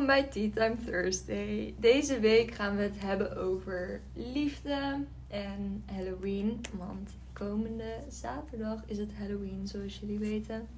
bij Tea Time Thursday. Deze week gaan we het hebben over liefde en Halloween. Want komende zaterdag is het Halloween, zoals jullie weten.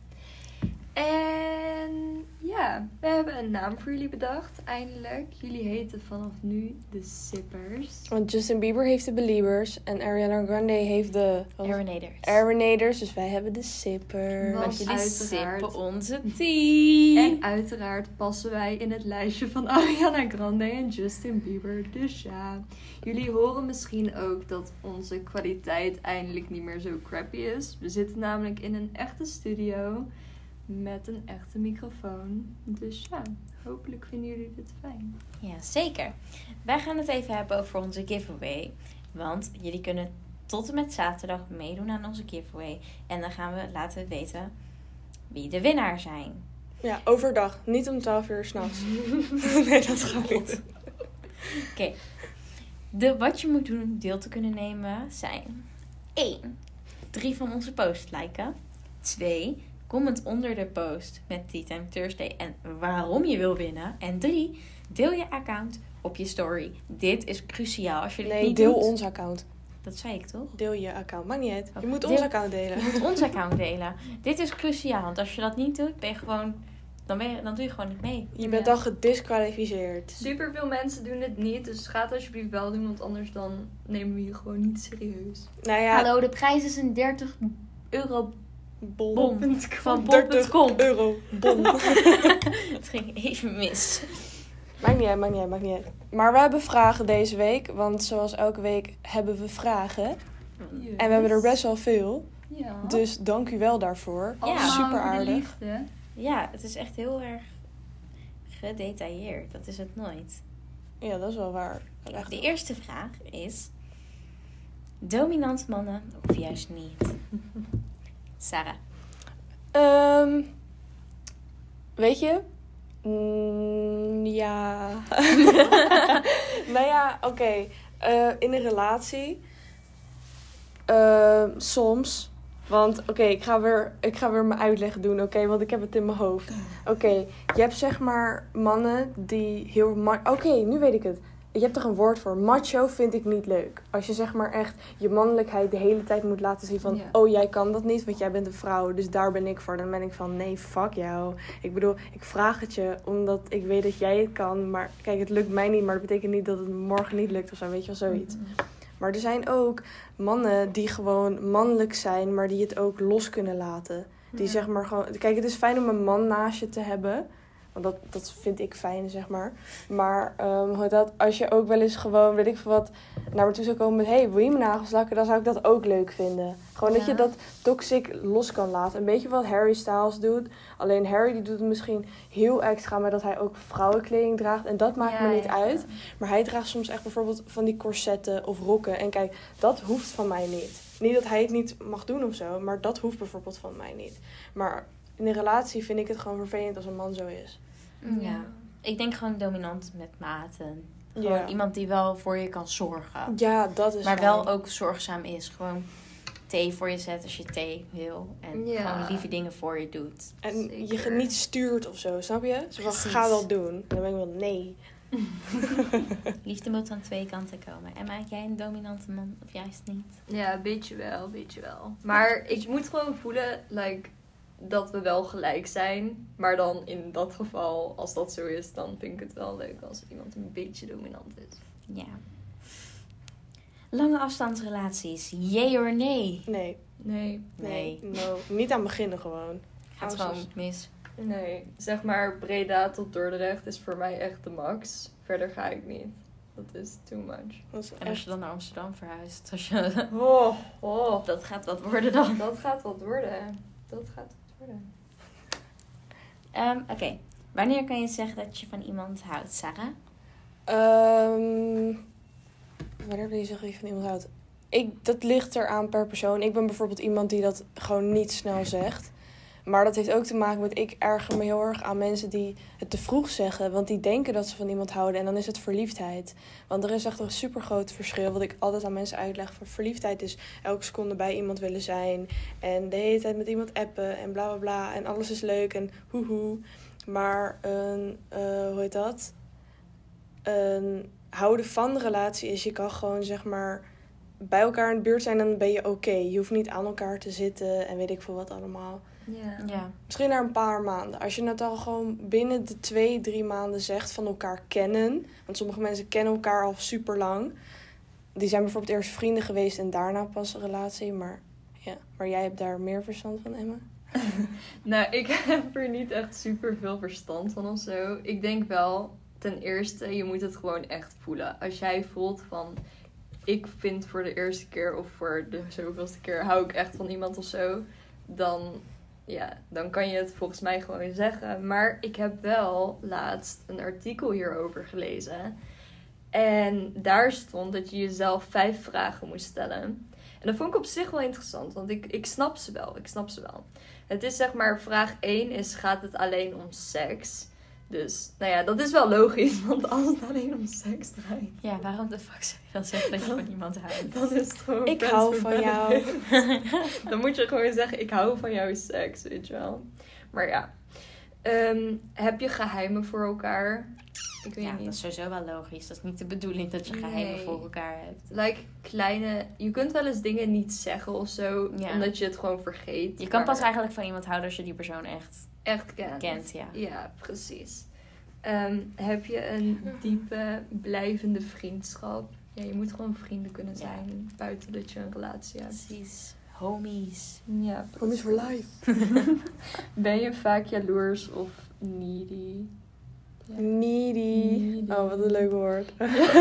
En ja, we hebben een naam voor jullie bedacht, eindelijk. Jullie heten vanaf nu de Sippers. Want Justin Bieber heeft de Beliebers en Ariana Grande heeft de... Aeronators, dus wij hebben de Sippers. Want Want jullie uiteraard- sippen onze tea. En uiteraard passen wij in het lijstje van Ariana Grande en Justin Bieber. Dus ja, jullie horen misschien ook dat onze kwaliteit eindelijk niet meer zo crappy is. We zitten namelijk in een echte studio met een echte microfoon. Dus ja, hopelijk vinden jullie dit fijn. Ja, zeker. Wij gaan het even hebben over onze giveaway. Want jullie kunnen tot en met zaterdag meedoen aan onze giveaway. En dan gaan we laten weten wie de winnaar zijn. Ja, overdag. Niet om 12 uur 's nachts. Nee, dat gaat niet. Oké. Wat je moet doen om deel te kunnen nemen zijn... 1. 3 van onze posts liken. 2. Comment onder de post met Tea Time Thursday en waarom je wil winnen. En 3. Deel je account op je story. Dit is cruciaal. Als je dit Nee, niet deel doet... ons account. Dat zei ik toch? Deel je account. Maakt niet uit. Je Oh, moet deel- ons account delen. Je moet ons account delen. Dit is cruciaal. Want als je dat niet doet, ben je gewoon... Dan doe je gewoon niet mee. Je bent dan gedisqualificeerd. Super veel mensen doen het niet, dus ga het alsjeblieft wel doen, want anders dan nemen we je gewoon niet serieus. Nou ja, Hallo, de prijs is een 30 euro bol. bon van 30 bol.com. euro bon. Het ging even mis. Maakt niet uit. Maar we hebben vragen deze week. Want zoals elke week hebben we vragen. Yes. En we hebben er best wel veel. Ja. Dus dank u wel daarvoor. Allemaal Super over de aardig. liefde. Ja, het is echt heel erg gedetailleerd. Dat is het nooit. Ja, dat is wel waar. Echt. De eerste vraag is... Dominant mannen of juist niet? Sarah. Weet je? Ja. Nou ja, oké. In een relatie. Soms. Want oké, ik ga weer mijn uitleg doen, oké? Want ik heb het in mijn hoofd. Oké, je hebt zeg maar mannen die heel... Oké, nu weet ik het. Je hebt er een woord voor. Macho vind ik niet leuk. Als je zeg maar echt je mannelijkheid de hele tijd moet laten zien van... Ja. Oh, jij kan dat niet, want jij bent een vrouw. Dus daar ben ik voor. Dan ben ik van, nee, fuck jou. Ik bedoel, ik vraag het je omdat ik weet dat jij het kan. Maar kijk, het lukt mij niet. Maar dat betekent niet dat het morgen niet lukt of zo. Weet je wel, zoiets. Maar er zijn ook mannen die gewoon mannelijk zijn, maar die het ook los kunnen laten. Die Ja. zeg maar gewoon... Kijk, het is fijn om een man naast je te hebben. Want dat vind ik fijn, zeg maar. Maar als je ook wel eens gewoon, weet ik veel wat, naar me toe zou komen met... Hey, wil je mijn nagels lakken? Dan zou ik dat ook leuk vinden. Gewoon dat Ja. je dat toxic los kan laten. Een beetje wat Harry Styles doet. Alleen Harry die doet het misschien heel extra met dat hij ook vrouwenkleding draagt. En dat maakt me niet uit. Maar hij draagt soms echt bijvoorbeeld van die corsetten of rokken. En kijk, dat hoeft van mij niet. Niet dat hij het niet mag doen of zo, maar dat hoeft bijvoorbeeld van mij niet. Maar in een relatie vind ik het gewoon vervelend als een man zo is. Ja. Ik denk gewoon dominant met maten. Gewoon Ja. iemand die wel voor je kan zorgen. Ja, dat is Maar fijn. wel ook zorgzaam is. Gewoon thee voor je zet als je thee wil. En Ja. gewoon lieve dingen voor je doet. En je Zeker. niet stuurt of zo, snap je? Zo van, Precies. ga dat doen. En dan ben ik wel, nee. Liefde moet aan 2 kanten komen. En maak jij een dominante man of juist niet? Ja, weet je wel. Maar ik moet gewoon voelen, dat we wel gelijk zijn. Maar dan in dat geval, als dat zo is, dan vind ik het wel leuk als iemand een beetje dominant is. Ja. Lange afstandsrelaties. Yay or nee? Nee. Nee. No. Niet aan beginnen gewoon. Gaat Hou gewoon mis. Nee, zeg maar Breda tot Dordrecht is voor mij echt de max. Verder ga ik niet. Dat is too much. Dat is En als echt... je dan naar Amsterdam verhuist. Als je... Oh. Dat gaat wat worden dan. Dat gaat wat worden. Oké. Wanneer kan je zeggen dat je van iemand houdt, Sarah? Wanneer wil je zeggen dat je van iemand houdt? Dat ligt eraan per persoon. Ik ben bijvoorbeeld iemand die dat gewoon niet snel zegt. Maar dat heeft ook te maken met... Ik erger me heel erg aan mensen die het te vroeg zeggen. Want die denken dat ze van iemand houden. En dan is het verliefdheid. Want er is echt een super groot verschil. Wat ik altijd aan mensen uitleg. Van verliefdheid is elke seconde bij iemand willen zijn. En de hele tijd met iemand appen. En bla bla bla. En alles is leuk. En hoehoe. Maar een, hoe heet dat? Een houden van relatie is, je kan gewoon zeg maar bij elkaar in de buurt zijn en dan ben je oké. Je hoeft niet aan elkaar te zitten en weet ik veel wat allemaal. Ja. Misschien na een paar maanden. Als je het al gewoon binnen de 2-3 maanden zegt van elkaar kennen. Want sommige mensen kennen elkaar al super lang. Die zijn bijvoorbeeld eerst vrienden geweest en daarna pas een relatie. Maar jij hebt daar meer verstand van, Emma? Nou, ik heb er niet echt super veel verstand van of zo. Ik denk wel, ten eerste, je moet het gewoon echt voelen. Als jij voelt van, ik vind voor de eerste keer of voor de zoveelste keer hou ik echt van iemand of zo. Dan kan je het volgens mij gewoon zeggen. Maar ik heb wel laatst een artikel hierover gelezen. En daar stond dat je jezelf 5 vragen moest stellen. En dat vond ik op zich wel interessant, want ik snap ze wel. Het is zeg maar, vraag 1 is, gaat het alleen om seks? Dus, dat is wel logisch, want als het alleen om seks draait. Ja, waarom de fuck zou je dan zeggen dat je van iemand houdt? Dat is gewoon... Ik hou van jou. Dan moet je gewoon zeggen, ik hou van jouw seks, weet je wel. Maar ja. Heb je geheimen voor elkaar? Ik weet niet. Dat is sowieso wel logisch. Dat is niet de bedoeling dat je geheimen voor elkaar hebt. Je kunt wel eens dingen niet zeggen of zo, omdat je het gewoon vergeet. Je kan pas eigenlijk van iemand houden als je die persoon echt kent. Ja, precies. Heb je een diepe, blijvende vriendschap? Ja, je moet gewoon vrienden kunnen zijn, buiten dat je een relatie hebt. Precies. Homies. Ja, Homies for life. Ben je vaak jaloers of needy? Ja. Needy. Oh, wat een leuk woord.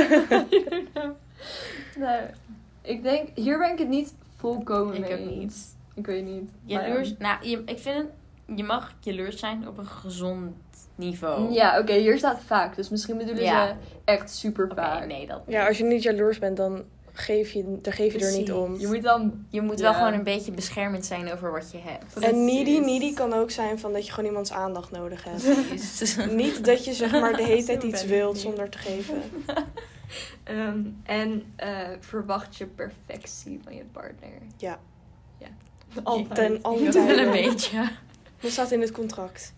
Nou, ik denk, hier ben ik het niet volkomen mee Ik ook eens. niet. Ik weet niet. Jaloers, ik vind je mag jaloers zijn op een gezond niveau. Ja, oké, hier staat vaak. Dus misschien bedoelen ze echt super vaak. Nee, dat niet. Ja, als je niet jaloers bent, dan geef je er niet om. Je moet wel gewoon een beetje beschermend zijn over wat je hebt. En needy kan ook zijn van dat je gewoon iemands aandacht nodig hebt. Niet dat je zeg maar de hele tijd iets wilt zonder te geven. Verwacht je perfectie van je partner? Ja. Altijd. Altijd. Wel een beetje. Dat staat in het contract.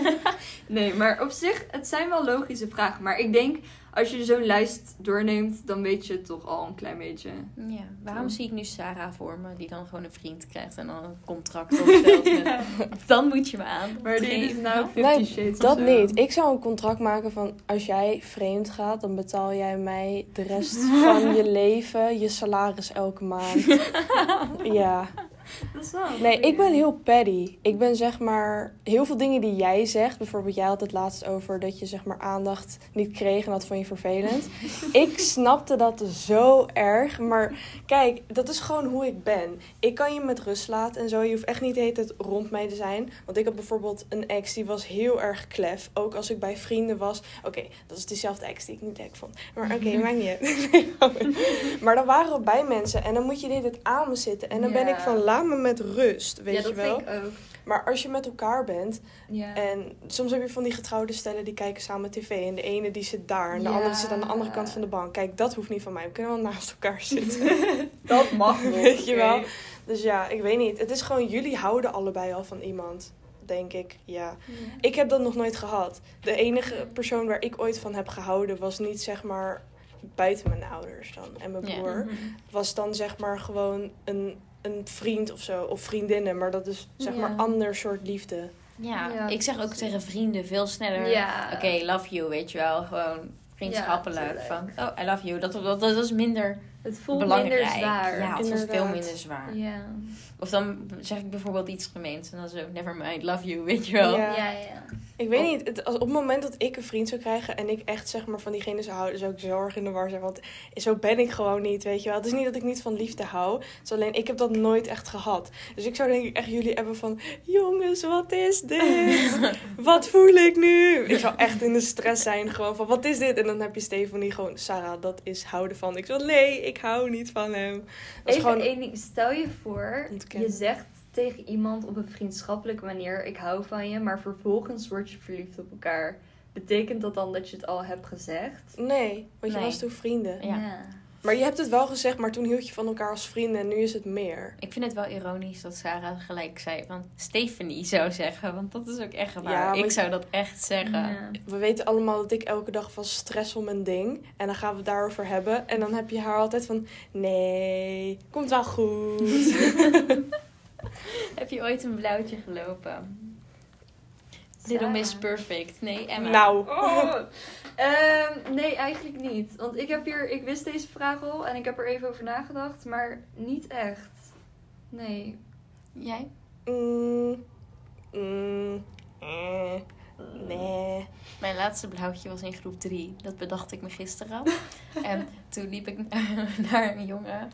Nee, maar op zich, het zijn wel logische vragen. Maar ik denk, als je zo'n lijst doorneemt, dan weet je het toch al een klein beetje. Ja, waarom zie ik nu Sarah voor me, die dan gewoon een vriend krijgt en dan een contract opstelt? Dan moet je me aan. Maar die is nou 50 Nee, Shades dat of zo. niet. Ik zou een contract maken van, als jij vreemd gaat, dan betaal jij mij de rest van je leven, je salaris elke maand. Ja. Dat is wel een Nee, goeie. ik ben heel petty. Ik ben zeg maar, heel veel dingen die jij zegt, bijvoorbeeld jij had het laatst over dat je zeg maar aandacht niet kreeg en dat vond je vervelend. Ik snapte dat zo erg, maar kijk, dat is gewoon hoe ik ben. Ik kan je met rust laten en zo, je hoeft echt niet de hele tijd rond mij te zijn. Want ik had bijvoorbeeld een ex die was heel erg klef, ook als ik bij vrienden was. Oké, dat is dezelfde ex die ik niet leuk vond. Maar oké, maakt niet uit. Maar dan waren we bij mensen en dan moet je de hele tijd aan me zitten. En dan ben ik van, laat me met rust, weet je wel. Ja, dat vind ik ook. Maar als je met elkaar bent Ja. en soms heb je van die getrouwde stellen die kijken samen tv en de ene die zit daar en de andere zit aan de andere kant van de bank. Kijk, dat hoeft niet van mij. We kunnen wel naast elkaar zitten. Dat mag nog. Weet je wel. Dus ja, ik weet niet. Het is gewoon, jullie houden allebei al van iemand, denk ik. Ja. Ik heb dat nog nooit gehad. De enige persoon waar ik ooit van heb gehouden was niet zeg maar buiten mijn ouders dan en mijn broer. Was dan zeg maar gewoon een vriend of zo, of vriendinnen, maar dat is zeg maar ander soort liefde. Ja, ik zeg ook tegen vrienden veel sneller, oké, love you, weet je wel, gewoon vriendschappelijk, van, oh, I love you, dat is minder het voelt belangrijk. minder zwaar. Ja, het voelt Inderdaad. veel minder zwaar. Ja. Of dan zeg ik bijvoorbeeld iets gemeens en dan zo, never mind, love you, weet je wel. Ja. Ik weet niet, op het moment dat ik een vriend zou krijgen en ik echt zeg maar van diegene zou houden, zou ik zo erg in de war zijn. Want zo ben ik gewoon niet, weet je wel. Het is niet dat ik niet van liefde hou. Het is alleen, ik heb dat nooit echt gehad. Dus ik zou denk ik echt jullie hebben van, jongens, wat is dit? Wat voel ik nu? Ik zou echt in de stress zijn gewoon van, wat is dit? En dan heb je Stefanie gewoon, Sarah, dat is houden van. Ik zo, nee, ik hou niet van hem. Dat is Even gewoon één ding, stel je voor, ontkennen. je zegt tegen iemand op een vriendschappelijke manier, ik hou van je, maar vervolgens word je verliefd op elkaar. Betekent dat dan dat je het al hebt gezegd? Nee, want je Nee. was toen vrienden. Ja. Maar je hebt het wel gezegd, maar toen hield je van elkaar als vrienden en nu is het meer. Ik vind het wel ironisch dat Sarah gelijk zei van Stephanie zou zeggen. Want dat is ook echt waar. Ja, ik zou dat echt zeggen. Ja. We weten allemaal dat ik elke dag van stress om een ding. En dan gaan we het daarover hebben. En dan heb je haar altijd van, nee, komt wel goed. Heb je ooit een blauwtje gelopen? Little Miss Perfect. Nee, Emma. Nou. Oh. Nee, eigenlijk niet. Want ik wist deze vraag al en ik heb er even over nagedacht, maar niet echt. Nee. Jij? Nee. Mijn laatste blauwtje was in groep 3. Dat bedacht ik me gisteren. En toen liep ik naar een jongen.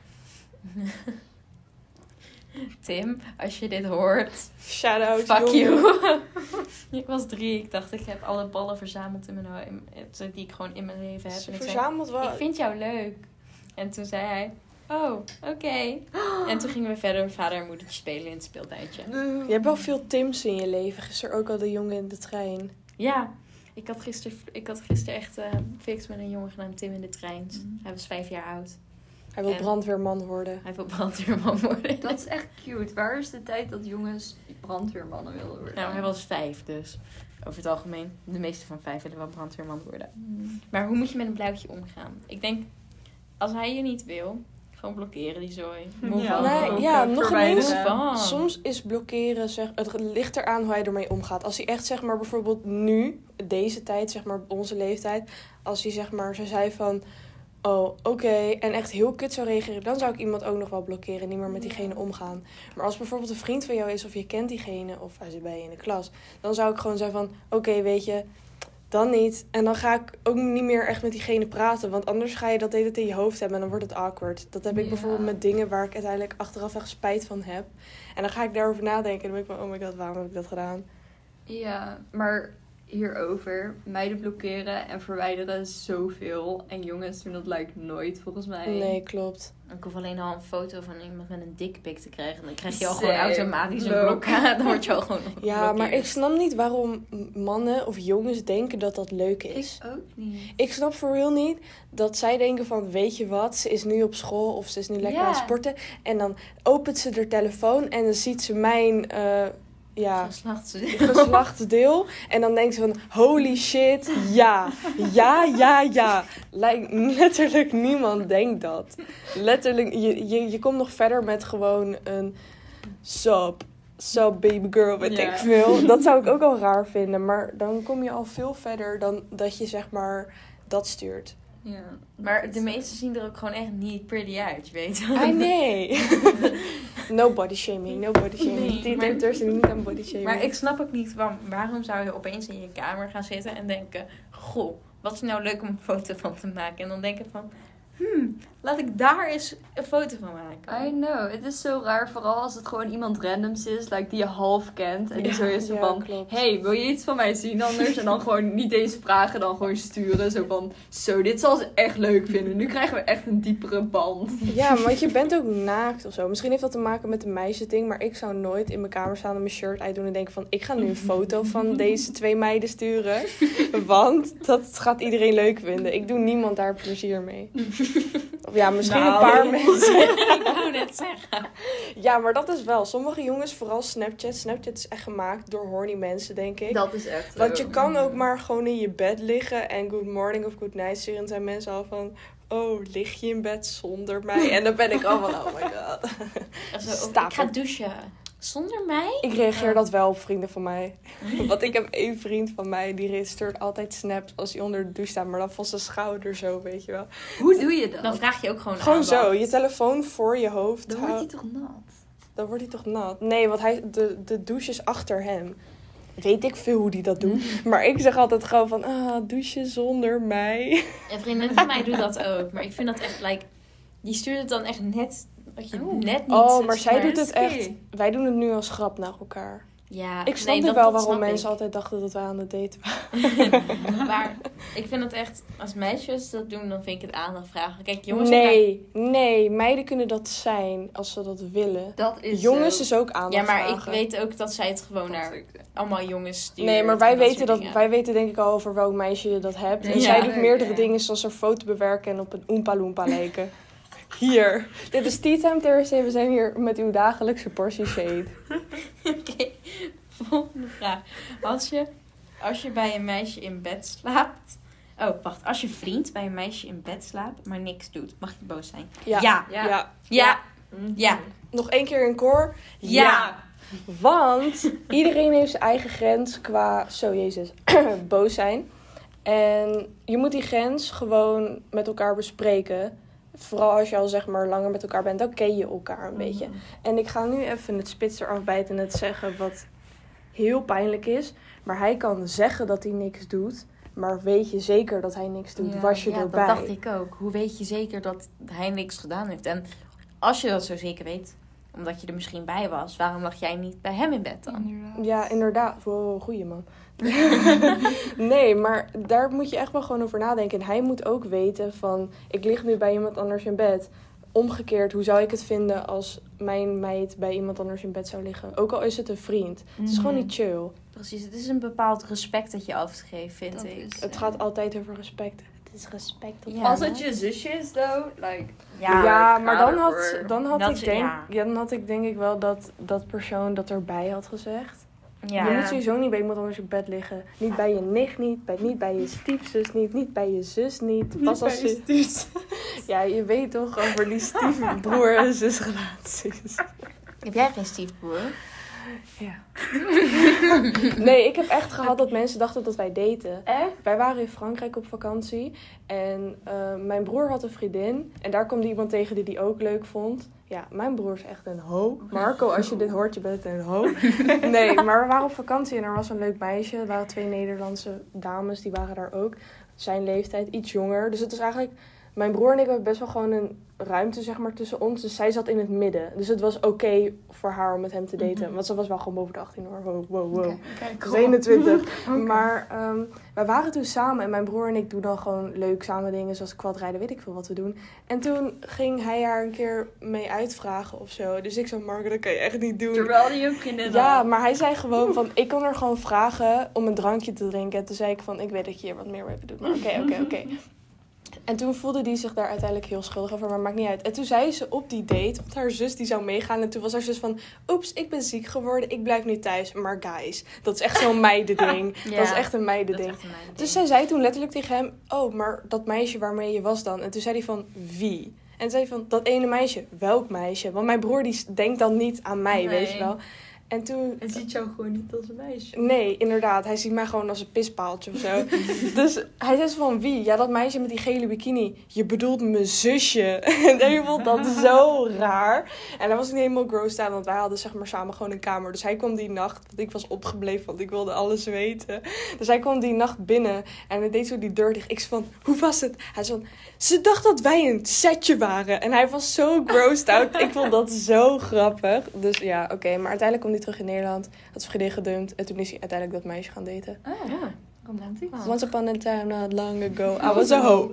Tim, als je dit hoort, Shout-out. fuck jongen. you. Ik was 3. Ik dacht, ik heb alle ballen verzameld die ik gewoon in mijn leven heb. Ze En ik zei, verzamelt wel. ik vind jou leuk. En toen zei hij, oh, oké. En toen gingen we verder vader en moedertje spelen in het speeltuintje. Je hebt wel veel Tims in je leven. Gisteren ook al de jongen in de trein. Ja, ik had gisteren echt fix met een jongen genaamd Tim in de trein. Hij was 5 jaar oud. Hij wil En- brandweerman worden. Hij wil brandweerman worden. Dat is echt cute. Waar is de tijd dat jongens brandweermannen wilden worden? Nou, hij was 5 dus. Over het algemeen, de meeste van 5 willen wel brandweerman worden. Maar hoe moet je met een blauwtje omgaan? Ik denk, als hij je niet wil, gewoon blokkeren die zooi. Move Ja. on. Nee, ook, ja, nog verwijderen. ineens. Move on. Soms is blokkeren, het ligt eraan hoe hij ermee omgaat. Als hij echt, zeg maar, bijvoorbeeld nu, deze tijd, zeg maar, onze leeftijd. Als hij, zeg maar, ze zei van, oh, oké, en echt heel kut zou reageren, dan zou ik iemand ook nog wel blokkeren en niet meer met diegene omgaan. Maar als bijvoorbeeld een vriend van jou is of je kent diegene, of hij zit bij je in de klas, dan zou ik gewoon zeggen van, oké, weet je, dan niet. En dan ga ik ook niet meer echt met diegene praten, want anders ga je dat de hele tijd in je hoofd hebben en dan wordt het awkward. Dat heb ik Ja. bijvoorbeeld met dingen waar ik uiteindelijk achteraf echt spijt van heb. En dan ga ik daarover nadenken en dan ben ik van, oh my god, waarom heb ik dat gedaan? Ja, maar hierover, meiden blokkeren en verwijderen zoveel. En jongens doen dat lijkt nooit, volgens mij. Nee, klopt. Ik hoef alleen al een foto van iemand met een dickpic te krijgen. En dan krijg je al Same. gewoon automatisch een Leuk. blokkade. Dan word je al gewoon Ja, geblokkeerd. maar ik snap niet waarom mannen of jongens denken dat dat leuk is. Ik ook niet. Ik snap voor real niet dat zij denken van, weet je wat, ze is nu op school of ze is nu lekker Ja. aan het sporten. En dan opent ze haar telefoon en dan ziet ze mijn geslachtsdeel. En dan denkt ze van, holy shit, ja. Letterlijk niemand denkt dat. Letterlijk, je komt nog verder met gewoon een sup baby girl, weet Ja. ik veel. Dat zou ik ook al raar vinden. Maar dan kom je al veel verder dan dat je, zeg maar, dat stuurt. Ja. Maar de meesten zien er ook gewoon echt niet pretty uit, je weet. Nee. No body shaming, no body shaming. Nee, maar- Er is niet aan body shaming. Maar ik snap ook niet, waarom zou je opeens in je kamer gaan zitten en denken, goh, wat is nou leuk om een foto van te maken? En dan denken van, laat ik daar eens een foto van maken. I know, het is zo raar, vooral als het gewoon iemand randoms is, like, die je half kent. En die Ja, zo is ja, van, klopt. hey, wil je iets van mij zien anders? En dan gewoon niet eens vragen, dan gewoon sturen. Zo van, zo, dit zal ze echt leuk vinden. Nu krijgen we echt een diepere band. Ja, want je bent ook naakt of zo. Misschien heeft dat te maken met de meisjesding. Maar ik zou nooit in mijn kamer staan en mijn shirt uitdoen en denken van, ik ga nu een foto van deze 2 meiden sturen. Want dat gaat iedereen leuk vinden. Ik doe niemand daar plezier mee. Of ja, misschien Nou. een paar mensen. Ik wou net zeggen. Ja, maar dat is wel. Sommige jongens, vooral Snapchat. Snapchat is echt gemaakt door horny mensen, denk ik. Dat is echt Want zo. je kan ook maar gewoon in je bed liggen en good morning of good night sturen. En zijn mensen al van, oh, lig je in bed zonder mij? En dan ben ik al van, oh my god. Stop Ik ga it. douchen. Zonder mij? Ik reageer dat wel op vrienden van mij. Want ik heb 1 vriend van mij, die stuurt altijd snaps als hij onder de douche staat. Maar dan van zijn schouder zo, weet je wel. Hoe doe je dat? Dan vraag je ook gewoon Gewoon aandacht. zo, je telefoon voor je hoofd. Dan wordt hij toch nat? Dan wordt hij toch nat? Nee, want de douche is achter hem. Weet ik veel hoe die dat doet. Maar ik zeg altijd gewoon van, douchen zonder mij. Een vriendin van mij doet dat ook. Maar ik vind dat echt, die stuurt het dan echt net, dat je net niet... Oh, maar zij doet het risky. echt. Wij doen het nu als grap naar elkaar. Ja, Ik snapte dat wel snap waarom ik. mensen altijd dachten dat wij aan het daten waren. Maar ik vind het echt, als meisjes dat doen, dan vind ik het aandacht vragen. Kijk, jongens... Nee, meiden kunnen dat zijn als ze dat willen. Dat is Jongens zo. is ook aandacht Ja, maar vragen. ik weet ook dat zij het gewoon naar allemaal jongens stuurt. Nee, maar en wij dat weten, soort dingen. wij weten denk ik al over welk meisje je dat hebt. En Ja, zij doet meerdere oké. dingen zoals een foto bewerken en op een Oompa Loompa lijken. Hier. Dit is Tea Time Thursday. We zijn hier met uw dagelijkse portie shade. Oké, volgende vraag. Als je bij een meisje in bed slaapt... Oh, wacht. Als je vriend bij een meisje in bed slaapt, maar niks doet, mag je boos zijn? Ja. Nog 1 keer in koor. Ja. Want iedereen heeft zijn eigen grens qua, boos zijn. En je moet die grens gewoon met elkaar bespreken. Vooral als je al zeg maar langer met elkaar bent, dan ken je elkaar een beetje. En ik ga nu even het spits eraf bijten en het zeggen wat heel pijnlijk is. Maar hij kan zeggen dat hij niks doet. Maar weet je zeker dat hij niks doet? Was je erbij? Dat dacht ik ook. Hoe weet je zeker dat hij niks gedaan heeft? En als je dat zo zeker weet, omdat je er misschien bij was, waarom lag jij niet bij hem in bed dan? Ja, inderdaad. Wow, goeie man. Nee, maar daar moet je echt wel gewoon over nadenken. En hij moet ook weten van, ik lig nu bij iemand anders in bed. Omgekeerd, hoe zou ik het vinden als mijn meid bij iemand anders in bed zou liggen? Ook al is het een vriend. Het is gewoon niet chill. Precies, het is een bepaald respect dat je afgeeft, vind ik. Het gaat altijd over respect. Het is respect. Als het je zusje is, though, like... Ja, maar dan had ik denk ik wel dat persoon dat erbij had gezegd. Ja. Je moet sowieso niet bij iemand anders in bed liggen. Niet bij je nicht niet bij je stiefzus niet bij je zus niet. Pas als je stiefzus. Ja, je weet toch over die stiefbroer en zusrelaties. Heb jij geen stiefbroer? Ja. Nee, ik heb echt gehad dat mensen dachten dat wij daten. Echt? Wij waren in Frankrijk op vakantie. En mijn broer had een vriendin. En daar kwam die iemand tegen die ook leuk vond. Ja, mijn broer is echt een ho. Marco, als je dit hoort, je bent een ho. Nee, maar we waren op vakantie en er was een leuk meisje. Er waren 2 Nederlandse dames, die waren daar ook. Zijn leeftijd, iets jonger. Dus het is eigenlijk... Mijn broer en ik hebben best wel gewoon een ruimte zeg maar tussen ons. Dus zij zat in het midden. Dus het was oké voor haar om met hem te daten. Want ze was wel gewoon boven de 18 hoor. Wow. Okay, cool. 21. Okay. Maar wij waren toen samen. En mijn broer en ik doen dan gewoon leuk samen dingen. Zoals quadrijden, weet ik veel wat we doen. En toen ging hij haar een keer mee uitvragen of zo. Dus ik zei, Marco, dat kan je echt niet doen. Terwijl die een vriendin had. Ja, maar hij zei gewoon van, ik kon er gewoon vragen om een drankje te drinken. En toen zei ik van, ik weet dat je hier wat meer mee doet. Maar oké. En toen voelde die zich daar uiteindelijk heel schuldig over, maar maakt niet uit. En toen zei ze op die date, want haar zus die zou meegaan. En toen was haar zus van, oeps, ik ben ziek geworden, ik blijf nu thuis. Maar guys, dat is echt zo'n meidending. Ja, dat is echt een meidending. Dus zij zei toen letterlijk tegen hem, oh, maar dat meisje waarmee je was dan? En toen zei hij van, wie? En toen zei hij van, dat ene meisje. Welk meisje? Want mijn broer die denkt dan niet aan mij, weet je wel. En toen... Hij ziet jou gewoon niet als een meisje. Nee, inderdaad. Hij ziet mij gewoon als een pispaaltje of zo. Dus hij zei van, wie? Ja, dat meisje met die gele bikini. Je bedoelt mijn zusje. En hij vond dat zo raar. En hij was niet helemaal grossed aan, want wij hadden zeg maar samen gewoon een kamer. Dus hij kwam die nacht, want ik was opgebleven, want ik wilde alles weten. Dus hij kwam die nacht binnen en hij deed zo die deur dicht. Ik zei van, hoe was het? Hij zei van, ze dacht dat wij een setje waren. En hij was zo grossed out. Ik vond dat zo grappig. Dus ja, oké. Maar uiteindelijk kwam hij terug in Nederland. Had zijn vriendin gedumpt. En toen is hij uiteindelijk dat meisje gaan daten. Oh, ja. Romantisch. Wow. Once upon a time, not long ago, I was a hoe.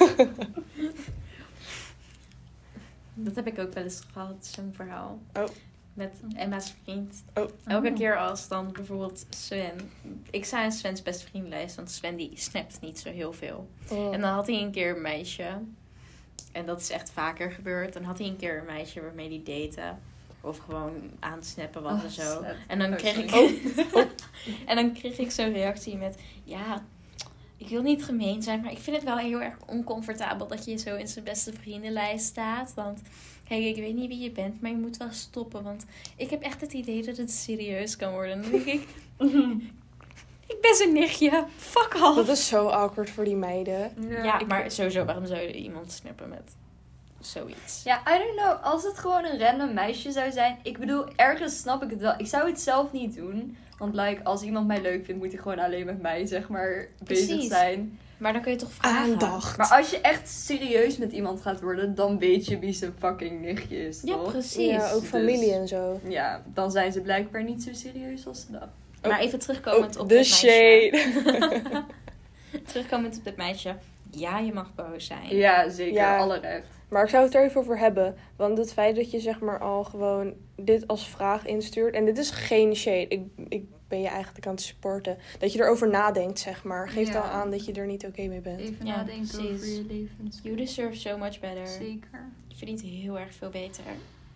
Dat heb ik ook wel eens gehad, zo'n verhaal. Oh. Met Emma's vriend. Oh. Elke keer als dan bijvoorbeeld Sven... Ik sta in Svens beste vriendenlijst, want Sven die snapt niet zo heel veel. Oh. En dan had hij een keer een meisje. En dat is echt vaker gebeurd. Dan had hij een keer een meisje waarmee hij date. Of gewoon aan het snappen was en zo. Snap. En dan kreeg ik... En dan kreeg ik zo'n reactie met... Ja, ik wil niet gemeen zijn, maar ik vind het wel heel erg oncomfortabel dat je zo in zijn beste vriendenlijst staat. Want kijk, ik weet niet wie je bent, maar je moet wel stoppen. Want ik heb echt het idee dat het serieus kan worden. En dan denk ik... Ik ben zijn nichtje. Fuck off. Dat is zo awkward voor die meiden. Ja, maar sowieso, waarom zou je iemand snappen met zoiets? Ja, I don't know. Als het gewoon een random meisje zou zijn. Ik bedoel, ergens snap ik het wel. Ik zou het zelf niet doen. Want like, als iemand mij leuk vindt, moet hij gewoon alleen met mij, zeg maar, bezig zijn. Maar dan kun je toch vragen. Aandacht. Maar als je echt serieus met iemand gaat worden, dan weet je wie zijn fucking nichtje is, Ja, toch? precies. Ja, ook familie en zo. Ja, dan zijn ze blijkbaar niet zo serieus als ze dachten. Maar even terugkomend op de dit meisje. shade. Terugkomend op dit meisje. Ja, je mag boos zijn. Ja, zeker. Ja. Alle recht. Maar ik zou het er even over hebben. Want het feit dat je zeg maar al gewoon dit als vraag instuurt. En dit is geen shade. Ik ben je eigenlijk aan het supporten? Dat je erover nadenkt, zeg maar. Geeft Ja. al aan dat je er niet oké mee bent. Even Ja, nadenken precies. over je levens. You deserve so much better. Zeker. Je verdient heel erg veel beter.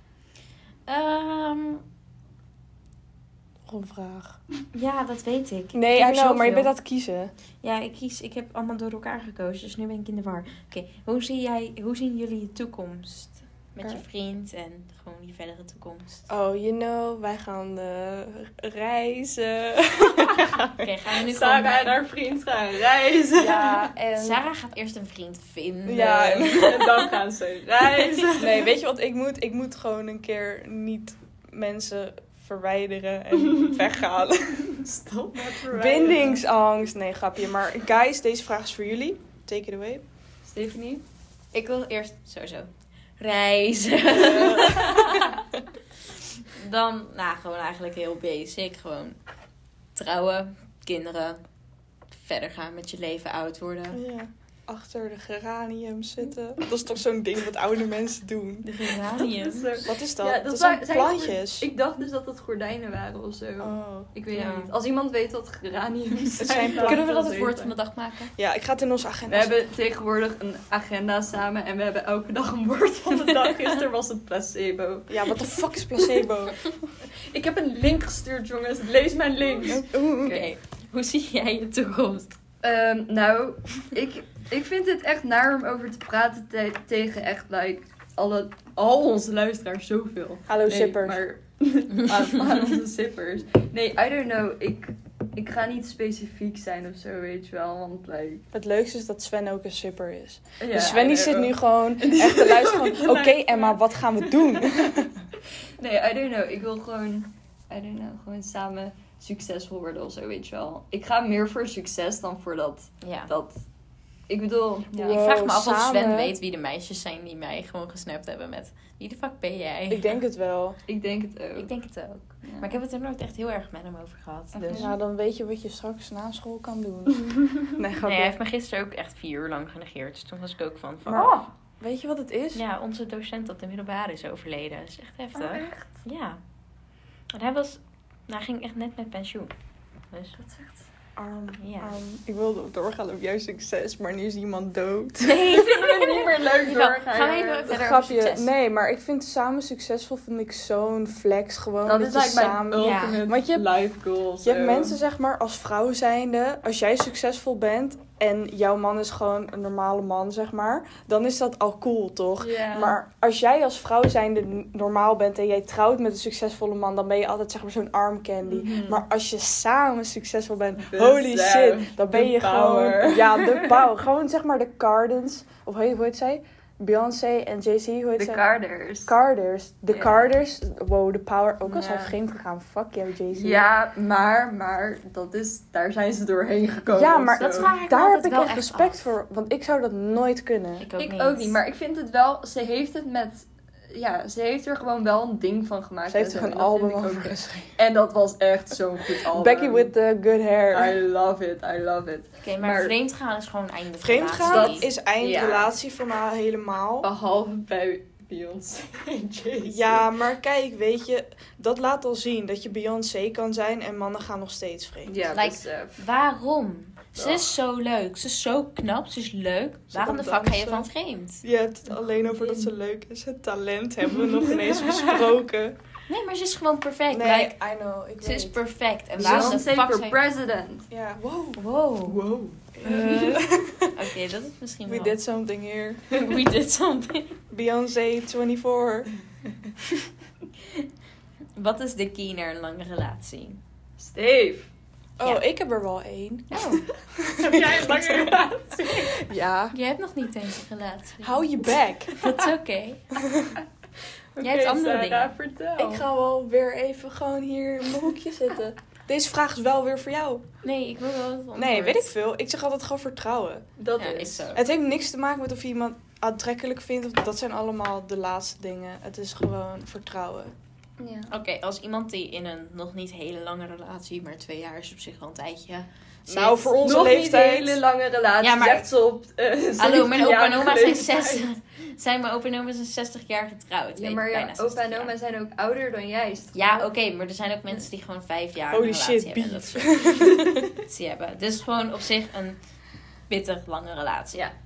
Nog een vraag. Ja, dat weet ik. Nee, Ik heb I er know, maar je zoveel. bent aan het kiezen. Ja, ik heb allemaal door elkaar gekozen, dus nu ben ik in de war. Oké, hoe zien jullie je toekomst? Met je vriend en gewoon je verdere toekomst. Oh, wij gaan reizen. Oké, gaan we nu Sarah gewoon... en haar vriend gaan reizen. Ja, en... Sarah gaat eerst een vriend vinden. Ja, En dan gaan ze reizen. Nee, weet je wat ik moet? Ik moet gewoon een keer niet mensen verwijderen en weghalen. Stop met verwijderen. Bindingsangst. Nee, grapje. Maar guys, deze vraag is voor jullie. Take it away. Stephanie? Ik wil eerst sowieso reizen. Dan, gewoon eigenlijk heel basic. Gewoon trouwen, kinderen, verder gaan met je leven, oud worden. Ja. Achter de geraniums zitten. Dat is toch zo'n ding wat oude mensen doen. De geranium. Wat is dat? Ja, dat zijn zijn plantjes. Ik dacht dus dat het gordijnen waren of zo. Oh. Ik weet Ja. het niet. Als iemand weet wat geraniums Het zijn, zijn laat Kunnen we dat ons het woord weten. van de dag maken? Ja, ik ga het in onze agenda We hebben tegenwoordig een agenda samen en we hebben elke dag een woord van de dag. Gisteren was het placebo. Ja, wat de fuck is placebo? Ik heb een link gestuurd, jongens. Lees mijn links. Oké. Hoe zie jij je toekomst? Nou, ik vind het echt naar om over te praten tegen echt al onze luisteraars zoveel. Hallo sippers. Maar aan onze sippers. Nee, I don't know. Ik ga niet specifiek zijn of zo, weet je wel. Want Het leukste is dat Sven ook een sipper is. ja, Dus Sven die I zit know. nu gewoon echt te luisteren van... Oké, Emma, wat gaan we doen? Nee, I don't know. Ik wil gewoon samen succesvol worden of zo, weet je wel. Ik ga meer voor succes dan voor dat. Ja. Ik bedoel, ja. Wow. Ik vraag me af of Sven samen. weet wie de meisjes zijn die mij gewoon gesnapt hebben met... Wie de fuck ben jij? Ik denk het wel. Ik denk het ook. Ik denk het ook. Ja. Maar ik heb het er nooit echt heel erg met hem over gehad. Oké. Dus... Nou, dan weet je wat je straks na school kan doen. Nee, grapje. Nee, hij heeft me gisteren ook echt 4 uur lang genegeerd. Dus toen was ik ook van... Maar weet je wat het is? Ja, onze docent op de middelbare is overleden. Dat is echt heftig. Oh, echt? Ja. En hij ging echt net met pensioen. Dus Wat zegt? Arm. Ja. Ik wilde doorgaan op jouw succes, maar nu is iemand dood. Nee, Niet meer leuk Jawel, doorgaan. gaan we even jongens. verder over Grapje. succes. Nee, maar ik vind samen succesvol vind ik zo'n flex gewoon. Dat dat is je eigenlijk samen... mijn Ja. ultimate Want je hebt- life goal. Je hebt mensen, zeg maar, als vrouw zijnde, als jij succesvol bent en jouw man is gewoon een normale man, zeg maar, dan is dat al cool, toch? Ja. Maar als jij als vrouw zijnde normaal bent en jij trouwt met een succesvolle man, dan ben je altijd, zeg maar, zo'n arm candy. Mhm. Maar als je samen succesvol bent, De holy zelf, shit, dan ben de je power. gewoon... Ja, de power. Gewoon, zeg maar, de Cardens, of hoe heet zij? Beyoncé en Jay-Z, hoe heet de zij? Carters. Carters. De Ja. Carters. Wow, de power. Ook als Ja. hij vreemd gegaan. Fuck jou, Jay-Z. Ja, maar daar zijn ze doorheen gekomen. Ja, of maar zo. dat vraag ik Daar altijd heb ik wel echt respect af. voor. Want ik zou dat nooit kunnen. Ik ook niet, maar ik vind het wel, ze heeft het met, ja, ze heeft er gewoon wel een ding van gemaakt. Ze heeft en er zo, een en dat album vind ik over ook- geschreven. En dat was echt zo'n goed album. Becky with the good hair. I love it, I love it. Oké, maar Maar- vreemdgaan is gewoon einde Vreemdgaan relatie. is eindrelatie voor mij helemaal. Behalve bij Beyoncé en Jay-Z. Ja, maar kijk, weet je, dat laat al zien dat je Beyoncé kan zijn en mannen gaan nog steeds vreemd. Ja, Like, besef. Waarom? Ze Ja. is zo leuk. Ze is zo knap. Ze is leuk. Waarom de kan fuck ga je dansen. van vreemd? Je hebt het alleen over dat ze leuk is. Het talent hebben we nog ineens besproken. Nee, maar ze is gewoon perfect. Nee, Like, I know. Ik ze is weet. perfect. En waarom de Beyoncé fuck for zou je... president. Ja, wow. Wow. Wow. Oké, dat is misschien We wel... did something here. We did something. Beyoncé 24. Wat is de key naar een lange relatie? Steve. Oh, Ja. ik heb er wel één. Oh, Heb jij een lange relatie? Ja. jij hebt nog niet eens een relatie. Hou je back. Dat is oké. Jij hebt andere Sarah, dingen. vertel. Ik ga wel weer even gewoon hier in mijn hoekje zitten. Deze vraag is wel weer voor jou. Nee, ik wil wel het antwoord. Nee, weet ik veel. Ik zeg altijd gewoon vertrouwen. Dat Ja, is is zo. Het heeft niks te maken met of je iemand aantrekkelijk vindt. Of dat zijn allemaal de laatste dingen. Het is gewoon vertrouwen. Ja. Oké, als iemand die in een nog niet hele lange relatie, maar 2 jaar is op zich wel een tijdje. Nou, voor onze Nog leeftijd. niet een hele lange relatie, Ja, maar- zegt ze op Hallo, mijn opa en 17-jarige oma zijn leeftijd. 60. Mijn opa en oma zijn 60 jaar getrouwd. Ja, maar bijna ja, opa 60 en jaar. oma zijn ook ouder dan jij. Is het Ja, wel? oké, maar er zijn ook mensen die gewoon 5 jaar Holy een relatie shit, hebben. en beef. Dat soort relatie hebben. Dus gewoon op zich een pittig lange relatie. Ja.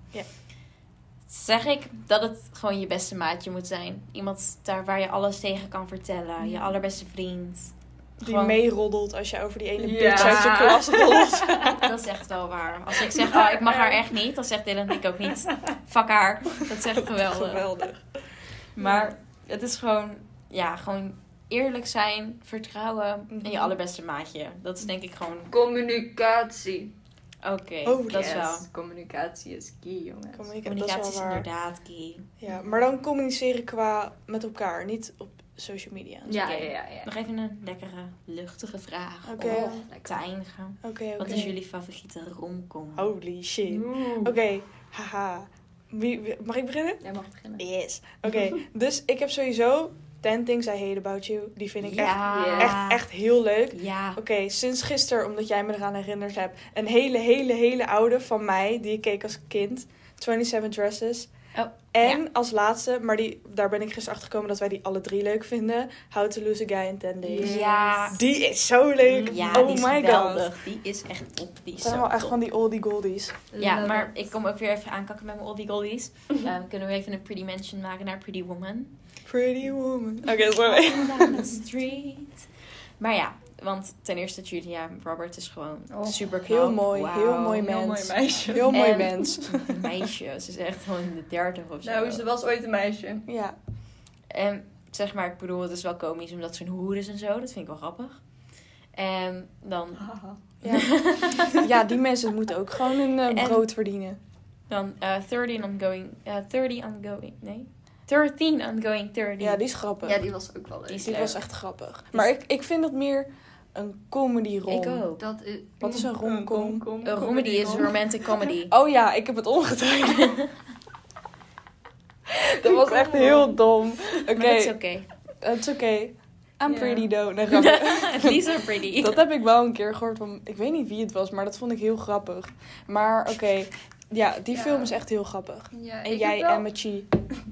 Zeg ik dat het gewoon je beste maatje moet zijn. Iemand daar waar je alles tegen kan vertellen. Je allerbeste vriend. Die Gewoon- meeroddelt als je over die ene Ja. bitch uit je klas rolt. Dat is echt wel waar. Als ik zeg, ik mag haar echt niet, dan zegt Dylan ik ook niet. Fuck haar. Dat is echt geweldig. Geweldig. Maar het is gewoon, gewoon eerlijk zijn, vertrouwen en je allerbeste maatje. Dat is denk ik gewoon, Communicatie. oké, Oh, dat is Yes, wel. Communicatie is key, jongens. Dat Communicatie is is wel waar. inderdaad key. Ja, maar dan communiceren qua met elkaar, niet op social media. Ja, Oké. ja. Nog even een lekkere, luchtige vraag. Oké. Om Oh, te lekker. eindigen. Oké. Wat is jullie favoriete romcom? Holy shit. Oeh. Oké, haha. Mag ik beginnen? Jij mag beginnen. Yes. Oké, dus ik heb sowieso 10 Things I Hate About You. Die vind ik Ja. echt heel leuk. Ja. Oké, sinds gisteren, omdat jij me eraan herinnerd hebt, een hele oude van mij, die ik keek als kind. 27 Dresses. Oh, En als laatste, maar daar ben ik gisteren achter gekomen dat wij die alle 3 leuk vinden. How to Lose a Guy in 10 Days. Ja. Die is zo leuk. Ja, oh die is my geweldig. god. Die is echt top. Die is Het zijn zo wel echt top. van die oldie goldies. Ja, Love maar it. ik kom ook weer even aankakken met mijn oldie goldies. Kunnen we even een pretty mention maken naar Pretty Woman? Pretty woman. Oké, sorry. Walking down the street. Maar ja, want ten eerste Julia Roberts is gewoon Oh, super knap. Heel mooi, Wauw. heel mooi Heel mooi mens. meisje. Heel mooi En- mens. Een meisje. Ze is echt gewoon in de 30 of zo. Nou, ze was ooit een meisje. Ja. En zeg maar, ik bedoel, het is wel komisch omdat ze een hoer is en zo. Dat vind ik wel grappig. En dan, Ja. Ja, die mensen moeten ook gewoon hun En- brood verdienen. 13 on going, nee. 13 on going 30. Ja, die is grappig. Ja, die was ook wel leuk. Die is Die leuk. was echt grappig. Maar ik vind dat meer een comedy rom. Ik ook. Dat is... Wat is een romcom? Een comedy is een romantic comedy. Oh ja, ik heb het omgedraaid. Dat was echt heel dom. Oké, Maar dat is oké. het is oké. I'm Ja. pretty though. Nee, grapje. At least are pretty. Dat heb ik wel een keer gehoord van... Ik weet niet wie het was, maar dat vond ik heel grappig. Maar oké. Ja, die Ja. film is echt heel grappig. Ja, En ik jij, heb wel- Emma Chi.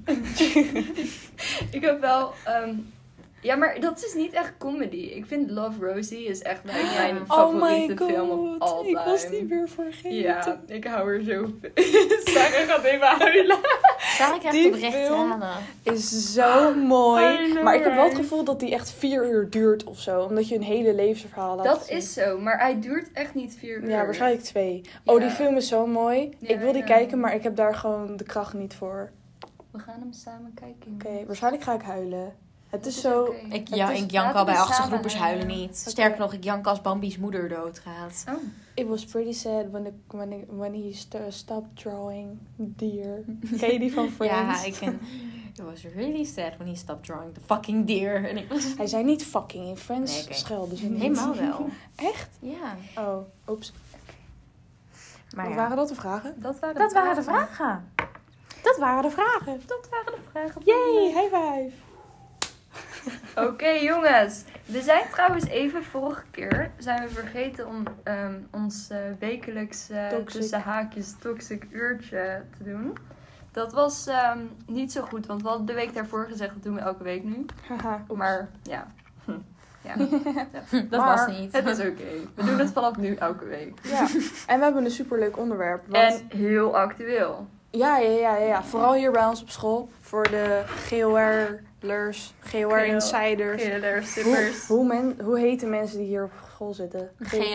Ik heb wel... ja, maar dat is niet echt comedy. Ik vind Love Rosie is echt mijn Oh my favoriete film of all god. time. Ik was die weer vergeten. Ja, ik hou er zo veel. Sarah gaat even huilen. Sarah krijgt Die oprecht film- tranen. Is zo mooi. I know, Maar ik heb wel het right? gevoel dat die echt 4 uur duurt of zo. Omdat je een hele levensverhaal laat Dat zien. is zo, maar hij duurt echt niet 4 uur. Ja, waarschijnlijk 2. Ja. Oh, die film is zo mooi. Ja, ik wil die ja. kijken, maar ik heb daar gewoon de kracht niet voor. We gaan hem samen kijken. Oké, waarschijnlijk ga ik huilen. Het is Dat zo... oké. Ik Het is- jank laten al bij we achtergroepers samen huilen huilen. niet. Oké. Sterker nog, ik jank als Bambi's moeder doodgaat. Oh. It was pretty sad when he stopped drawing deer. Ken je die van Friends? Ja, ik ken... It was really sad when he stopped drawing the fucking deer. En ik was... Hij zei niet fucking in Friends Nee, oké. schelden ze niet. Helemaal wel. Echt? Ja. Oh, oeps. Maar Wat ja. waren dat de vragen? Dat waren Dat waren de vragen. Dat waren de vragen. Dat waren de vragen. Yay, high five. Oké, jongens. We zijn trouwens even vorige keer zijn we vergeten om ons wekelijks Toxic. tussen haakjes toxic uurtje te doen. Dat was niet zo goed, want we hadden de week daarvoor gezegd dat doen we elke week nu. Haha, oeps. Maar ja. Ja, Dat maar was niet. Het is oké. We doen het vanaf nu elke week. Ja, en we hebben een superleuk onderwerp. Want... En heel actueel. Ja. Vooral hier bij ons op school. Voor de GOR'lers, GOR-insiders. Giller, sippers. Hoe heten mensen die hier op school zitten?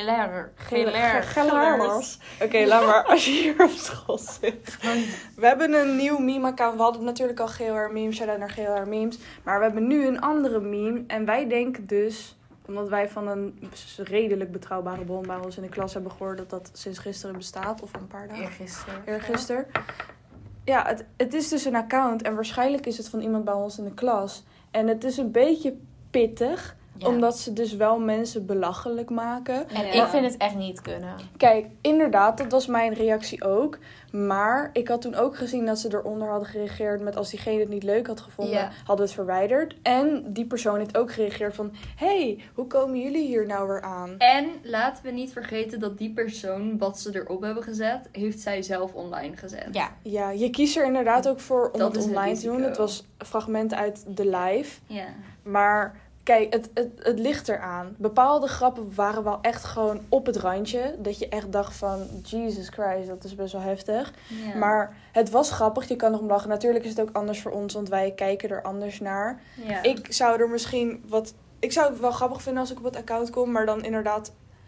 GLR. Oké, laat maar. Als je hier op school zit. We hebben een nieuw meme-account. We hadden natuurlijk al GOR Memes. Shout-out naar GOR Memes. Maar we hebben nu een andere meme. En wij denken dus... Omdat wij van een redelijk betrouwbare bron bij ons in de klas hebben gehoord... dat dat sinds gisteren bestaat. Of een paar dagen. Eergisteren. Ja, het is dus een account. En waarschijnlijk is het van iemand bij ons in de klas. En het is een beetje pittig. Ja. Omdat ze dus wel mensen belachelijk maken. En Ja. ik vind het echt niet kunnen. Kijk, inderdaad, dat was mijn reactie ook. Maar ik had toen ook gezien dat ze eronder hadden gereageerd met als diegene het niet leuk had gevonden, Ja. hadden we het verwijderd. En die persoon heeft ook gereageerd van, hey, hoe komen jullie hier nou weer aan? En laten we niet vergeten dat die persoon, wat ze erop hebben gezet, heeft zij zelf online gezet. Ja. Ja, je kiest er inderdaad ook voor om Dat het is het online te doen. risico. Het was fragmenten uit de live. Ja. Maar kijk, het ligt eraan. Bepaalde grappen waren wel echt gewoon op het randje. Dat je echt dacht van, Jesus Christ, dat is best wel heftig. Ja. Maar het was grappig, je kan erom lachen. Natuurlijk is het ook anders voor ons, want wij kijken er anders naar. Ja. Ik zou er misschien ik zou het wel grappig vinden als ik op het account kom, maar dan inderdaad,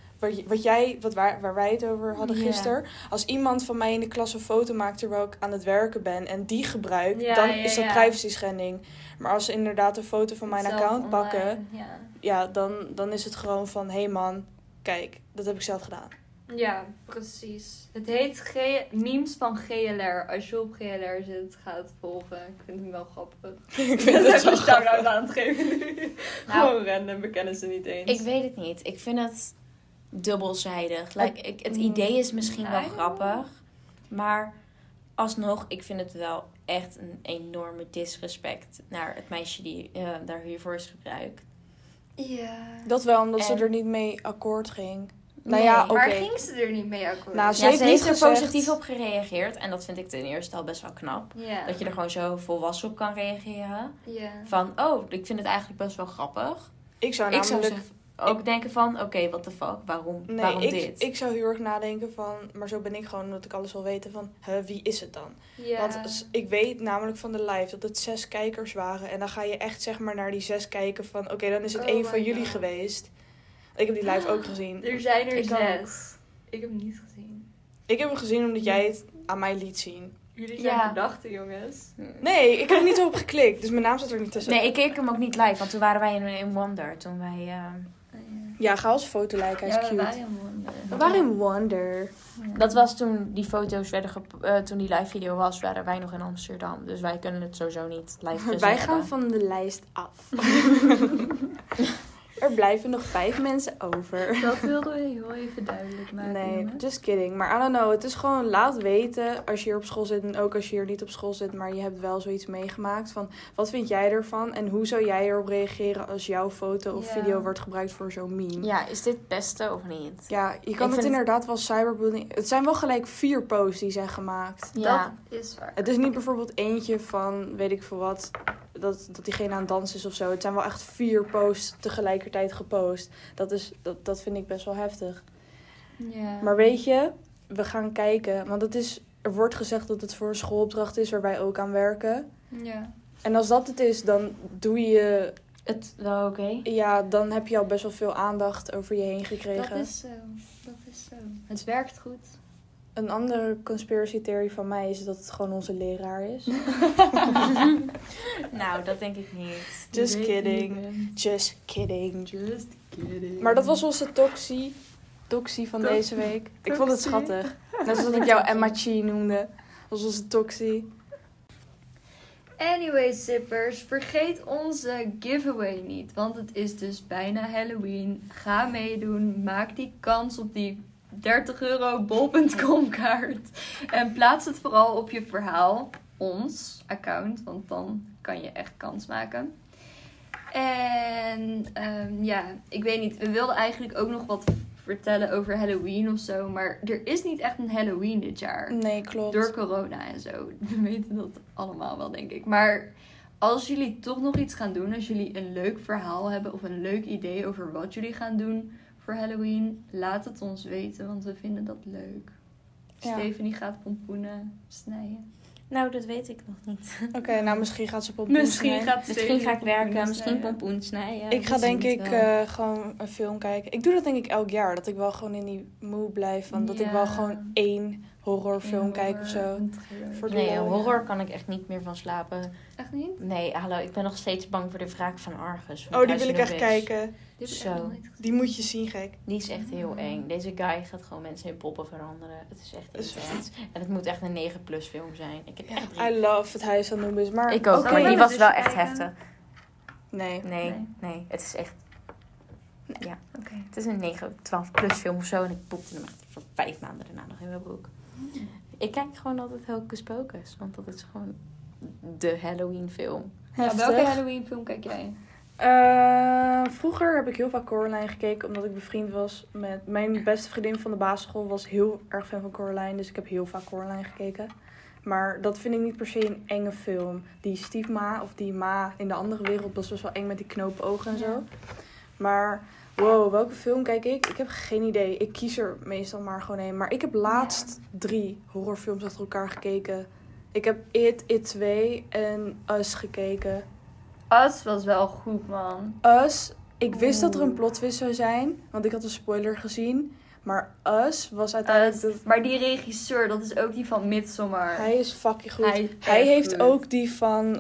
waar wij het over hadden Ja. gisteren. Als iemand van mij in de klas een foto maakt terwijl ik aan het werken ben en die gebruikt, Ja, dan ja, is dat ja. privacy schending. Maar als ze inderdaad een foto van mijn Zelf account online, pakken, Ja. ja, dan is het gewoon van, hey man, kijk, dat heb ik zelf gedaan. Ja, precies. Het heet Memes van GLR. Als je op GLR zit, ga het volgen. Ik vind hem wel grappig. Ik vind het wel een shout-out grappig. aan het geven nu. Nou, Gewoon random, we kennen ze niet eens. Ik weet het niet. Ik vind het dubbelzijdig. Het idee is misschien wel I don't grappig. Maar alsnog, ik vind het wel echt een enorme disrespect naar het meisje die daar hiervoor is gebruikt. Ja. Dat wel, omdat ze En- er niet mee akkoord ging. Nee, Nou ja, oké. Maar ging ze er niet mee akkoord? Nou, Ja, ze heeft er gezegd- positief op gereageerd. En dat vind ik ten eerste al best wel knap. Ja. Dat je er gewoon zo volwassen op kan reageren. Ja. Van, oh, ik vind het eigenlijk best wel grappig. Ik zou Ik zou namelijk... ook denken van, oké, what the fuck? Waarom Nee, dit? ik zou heel erg nadenken van... Maar zo ben ik gewoon, omdat ik alles wil weten van... Wie is het dan? Ja. Want ik weet namelijk van de live dat het 6 kijkers waren. En dan ga je echt zeg maar naar die 6 kijken van... Oké, dan is het Oh één my van jullie God. geweest. Ik heb die live ook gezien. Er zijn er Ik ook. 6. Ik heb hem niet gezien. Ik heb hem gezien omdat jij het aan mij liet zien. Jullie zijn Ja. verdachten, jongens. Nee, ik heb er niet op geklikt. Dus mijn naam staat er niet tussen. Nee, ik keek hem ook niet live, want toen waren wij in Wonder. Toen wij... Ja, ga als foto lijken. Hij is Ja, we cute. waren in Wonder. We waren in Wonder. Dat was toen die foto's werden toen die live video was, waren wij nog in Amsterdam. Dus wij kunnen het sowieso niet live gezien Wij gaan hebben. van de lijst af. Er blijven nog 5 mensen over. Dat wilden we heel even duidelijk maken. Nee, jongens. just kidding. Maar I don't know, het is gewoon laat weten als je hier op school zit en ook als je hier niet op school zit, maar je hebt wel zoiets meegemaakt van wat vind jij ervan en hoe zou jij erop reageren als jouw foto of Ja. video wordt gebruikt voor zo'n meme? Ja, is dit het beste of niet? Ja, je kan Ik het vind inderdaad wel cyberbullying. Het zijn wel gelijk 4 posts die zijn gemaakt. Ja. Dat is waar. Het is niet bijvoorbeeld eentje van weet ik veel wat. Dat diegene aan het dansen is of zo. Het zijn wel echt 4 posts tegelijkertijd gepost. Dat vind ik best wel heftig. Ja. Maar weet je, we gaan kijken. Want er wordt gezegd dat het voor een schoolopdracht is waar wij ook aan werken. Ja. En als dat het is, dan doe je... Het wel oké. Ja, dan heb je al best wel veel aandacht over je heen gekregen. Dat is zo. Dat is zo. Het werkt goed. Een andere conspiracy theory van mij is dat het gewoon onze leraar is. Nou, dat denk ik niet. Just Je weet wie kidding. je bent. Just kidding. Just kidding. Maar dat was onze toxie van deze week. Ik vond het Toxie. schattig. Net zoals ik jou Emma Chi noemde. Dat was onze toxie. Anyway, zippers, vergeet onze giveaway niet. Want het is dus bijna Halloween. Ga meedoen. Maak die kans op die €30 bol.com kaart. En plaats het vooral op je verhaal. Ons account. Want dan kan je echt kans maken. En ja, ik weet niet. We wilden eigenlijk ook nog wat vertellen over Halloween of zo. Maar er is niet echt een Halloween dit jaar. Nee, klopt. Door corona en zo. We weten dat allemaal wel, denk ik. Maar als jullie toch nog iets gaan doen, als jullie een leuk verhaal hebben of een leuk idee over wat jullie gaan doen voor Halloween, laat het ons weten, want we vinden dat leuk. Ja. Stephanie gaat pompoenen snijden. Nou, dat weet ik nog niet. Oké, nou misschien gaat ze op Misschien gaat Misschien Stephanie ga ik werken, pompoenen misschien snijden. pompoen snijden. Ik ga We zien denk het ik wel. gewoon een film kijken. Ik doe dat denk ik elk jaar. Dat ik wel gewoon in die mood blijf. Van dat ik Ja. wel gewoon 1 horrorfilm kijk of zo. Een thriller. Voor de Nee, lol, horror kan ik echt niet meer van slapen. Echt niet? Nee, hallo, ik ben nog steeds bang voor de wraak van Argus. van Oh, die Huis wil ik in echt de Wis. kijken. Dit heb ik Zo. echt nog nooit gezien. Die moet je zien, gek. Die is echt heel eng. Deze guy gaat gewoon mensen in poppen veranderen. Het is echt Dat is intens. En het moet echt een 9+ film zijn. Ik heb echt 3. I love het huis van Noobis. Maar Ik ook, oké. maar die we was dus wel echt kijken? heftig. Nee. Nee, het is echt... Ja. Oké. Het is een 12 plus film of zo. En ik boekte hem echt voor 5 maanden daarna nog in mijn broek. Ik kijk gewoon altijd Hocus Pocus. Want dat is gewoon de Halloween film. Ja, welke Halloween film kijk jij? Vroeger heb ik heel vaak Coraline gekeken, omdat ik bevriend was met... Mijn beste vriendin van de basisschool was heel erg fan van Coraline, dus ik heb heel vaak Coraline gekeken. Maar dat vind ik niet per se een enge film. Die stiefma of die ma in de andere wereld was best wel eng met die knoopogen en zo. Maar wow, welke film kijk ik? Ik heb geen idee. Ik kies er meestal maar gewoon één. Maar ik heb laatst 3 horrorfilms achter elkaar gekeken. Ik heb It 2 en Us gekeken. Us was wel goed, man. Us, ik wist dat er een plot twist zou zijn, want ik had een spoiler gezien. Maar Us was uiteindelijk... Maar die regisseur, dat is ook die van Midsommar. Hij is fucking goed. Hij is Hij echt heeft goed. ook die van...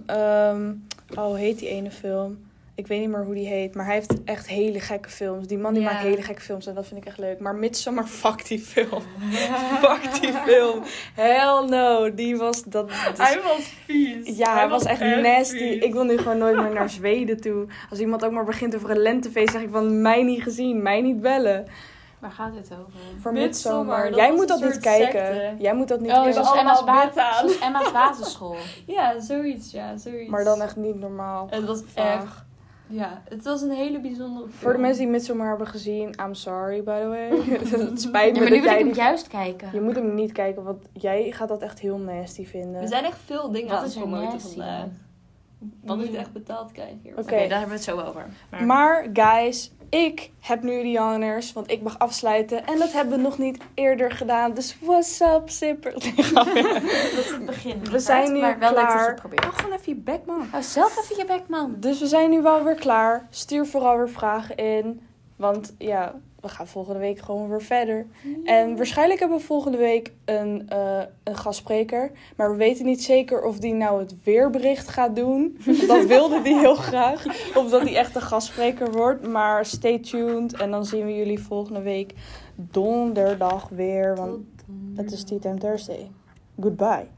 hoe heet die ene film? Ik weet niet meer hoe die heet. Maar hij heeft echt hele gekke films. Die man die Ja. maakt hele gekke films. En dat vind ik echt leuk. Maar Midsommar, fuck die film. Fuck die film. Hell no. Die was... Hij was vies. Ja, hij was echt nasty. vies. Ik wil nu gewoon nooit meer naar Zweden toe. Als iemand ook maar begint over een lentefeest, zeg ik van mij niet gezien, mij niet bellen. Waar gaat het over? Voor Midsommar, Midsommar. dat Jij was moet een dat niet soort kijken. secte. Jij moet dat niet Oh, kijken. zoals allemaal wit aan. zoals Emma's basisschool. Ja, zoiets. Maar dan echt niet normaal. Het was echt... Ja, het was een hele bijzondere film. Voor de mensen die Midsommar hebben gezien, I'm sorry by the way. Het spijt me Ja, maar dat nu wil jij ik hem die... juist kijken. Je moet hem niet kijken, want jij gaat dat echt heel nasty vinden. We zijn echt veel dingen Wat aan is het er promoten nasty vandaag. dan? Wat Wat niet is- echt betaald krijgen hier. Oké. Oké, daar hebben we het zo over. Maar guys, ik heb nu de honors, want ik mag afsluiten. En dat hebben we nog niet eerder gedaan. Dus what's up, Zipper? dat is het begin. We zijn nu maar wel leuk dat je klaar. het probeert. Oh, gewoon even je bek, man. Hou zelf even je bek, man. Dus we zijn nu wel weer klaar. Stuur vooral weer vragen in. Want ja, we gaan volgende week gewoon weer verder. En waarschijnlijk hebben we volgende week een gastspreker. Maar we weten niet zeker of die nou het weerbericht gaat doen. Dat wilde die heel graag. Of dat die echt een gastspreker wordt. Maar stay tuned. En dan zien we jullie volgende week donderdag weer. Want het is Tea Time Thursday. Goodbye.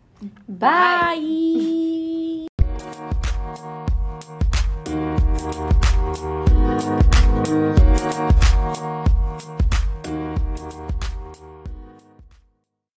Bye.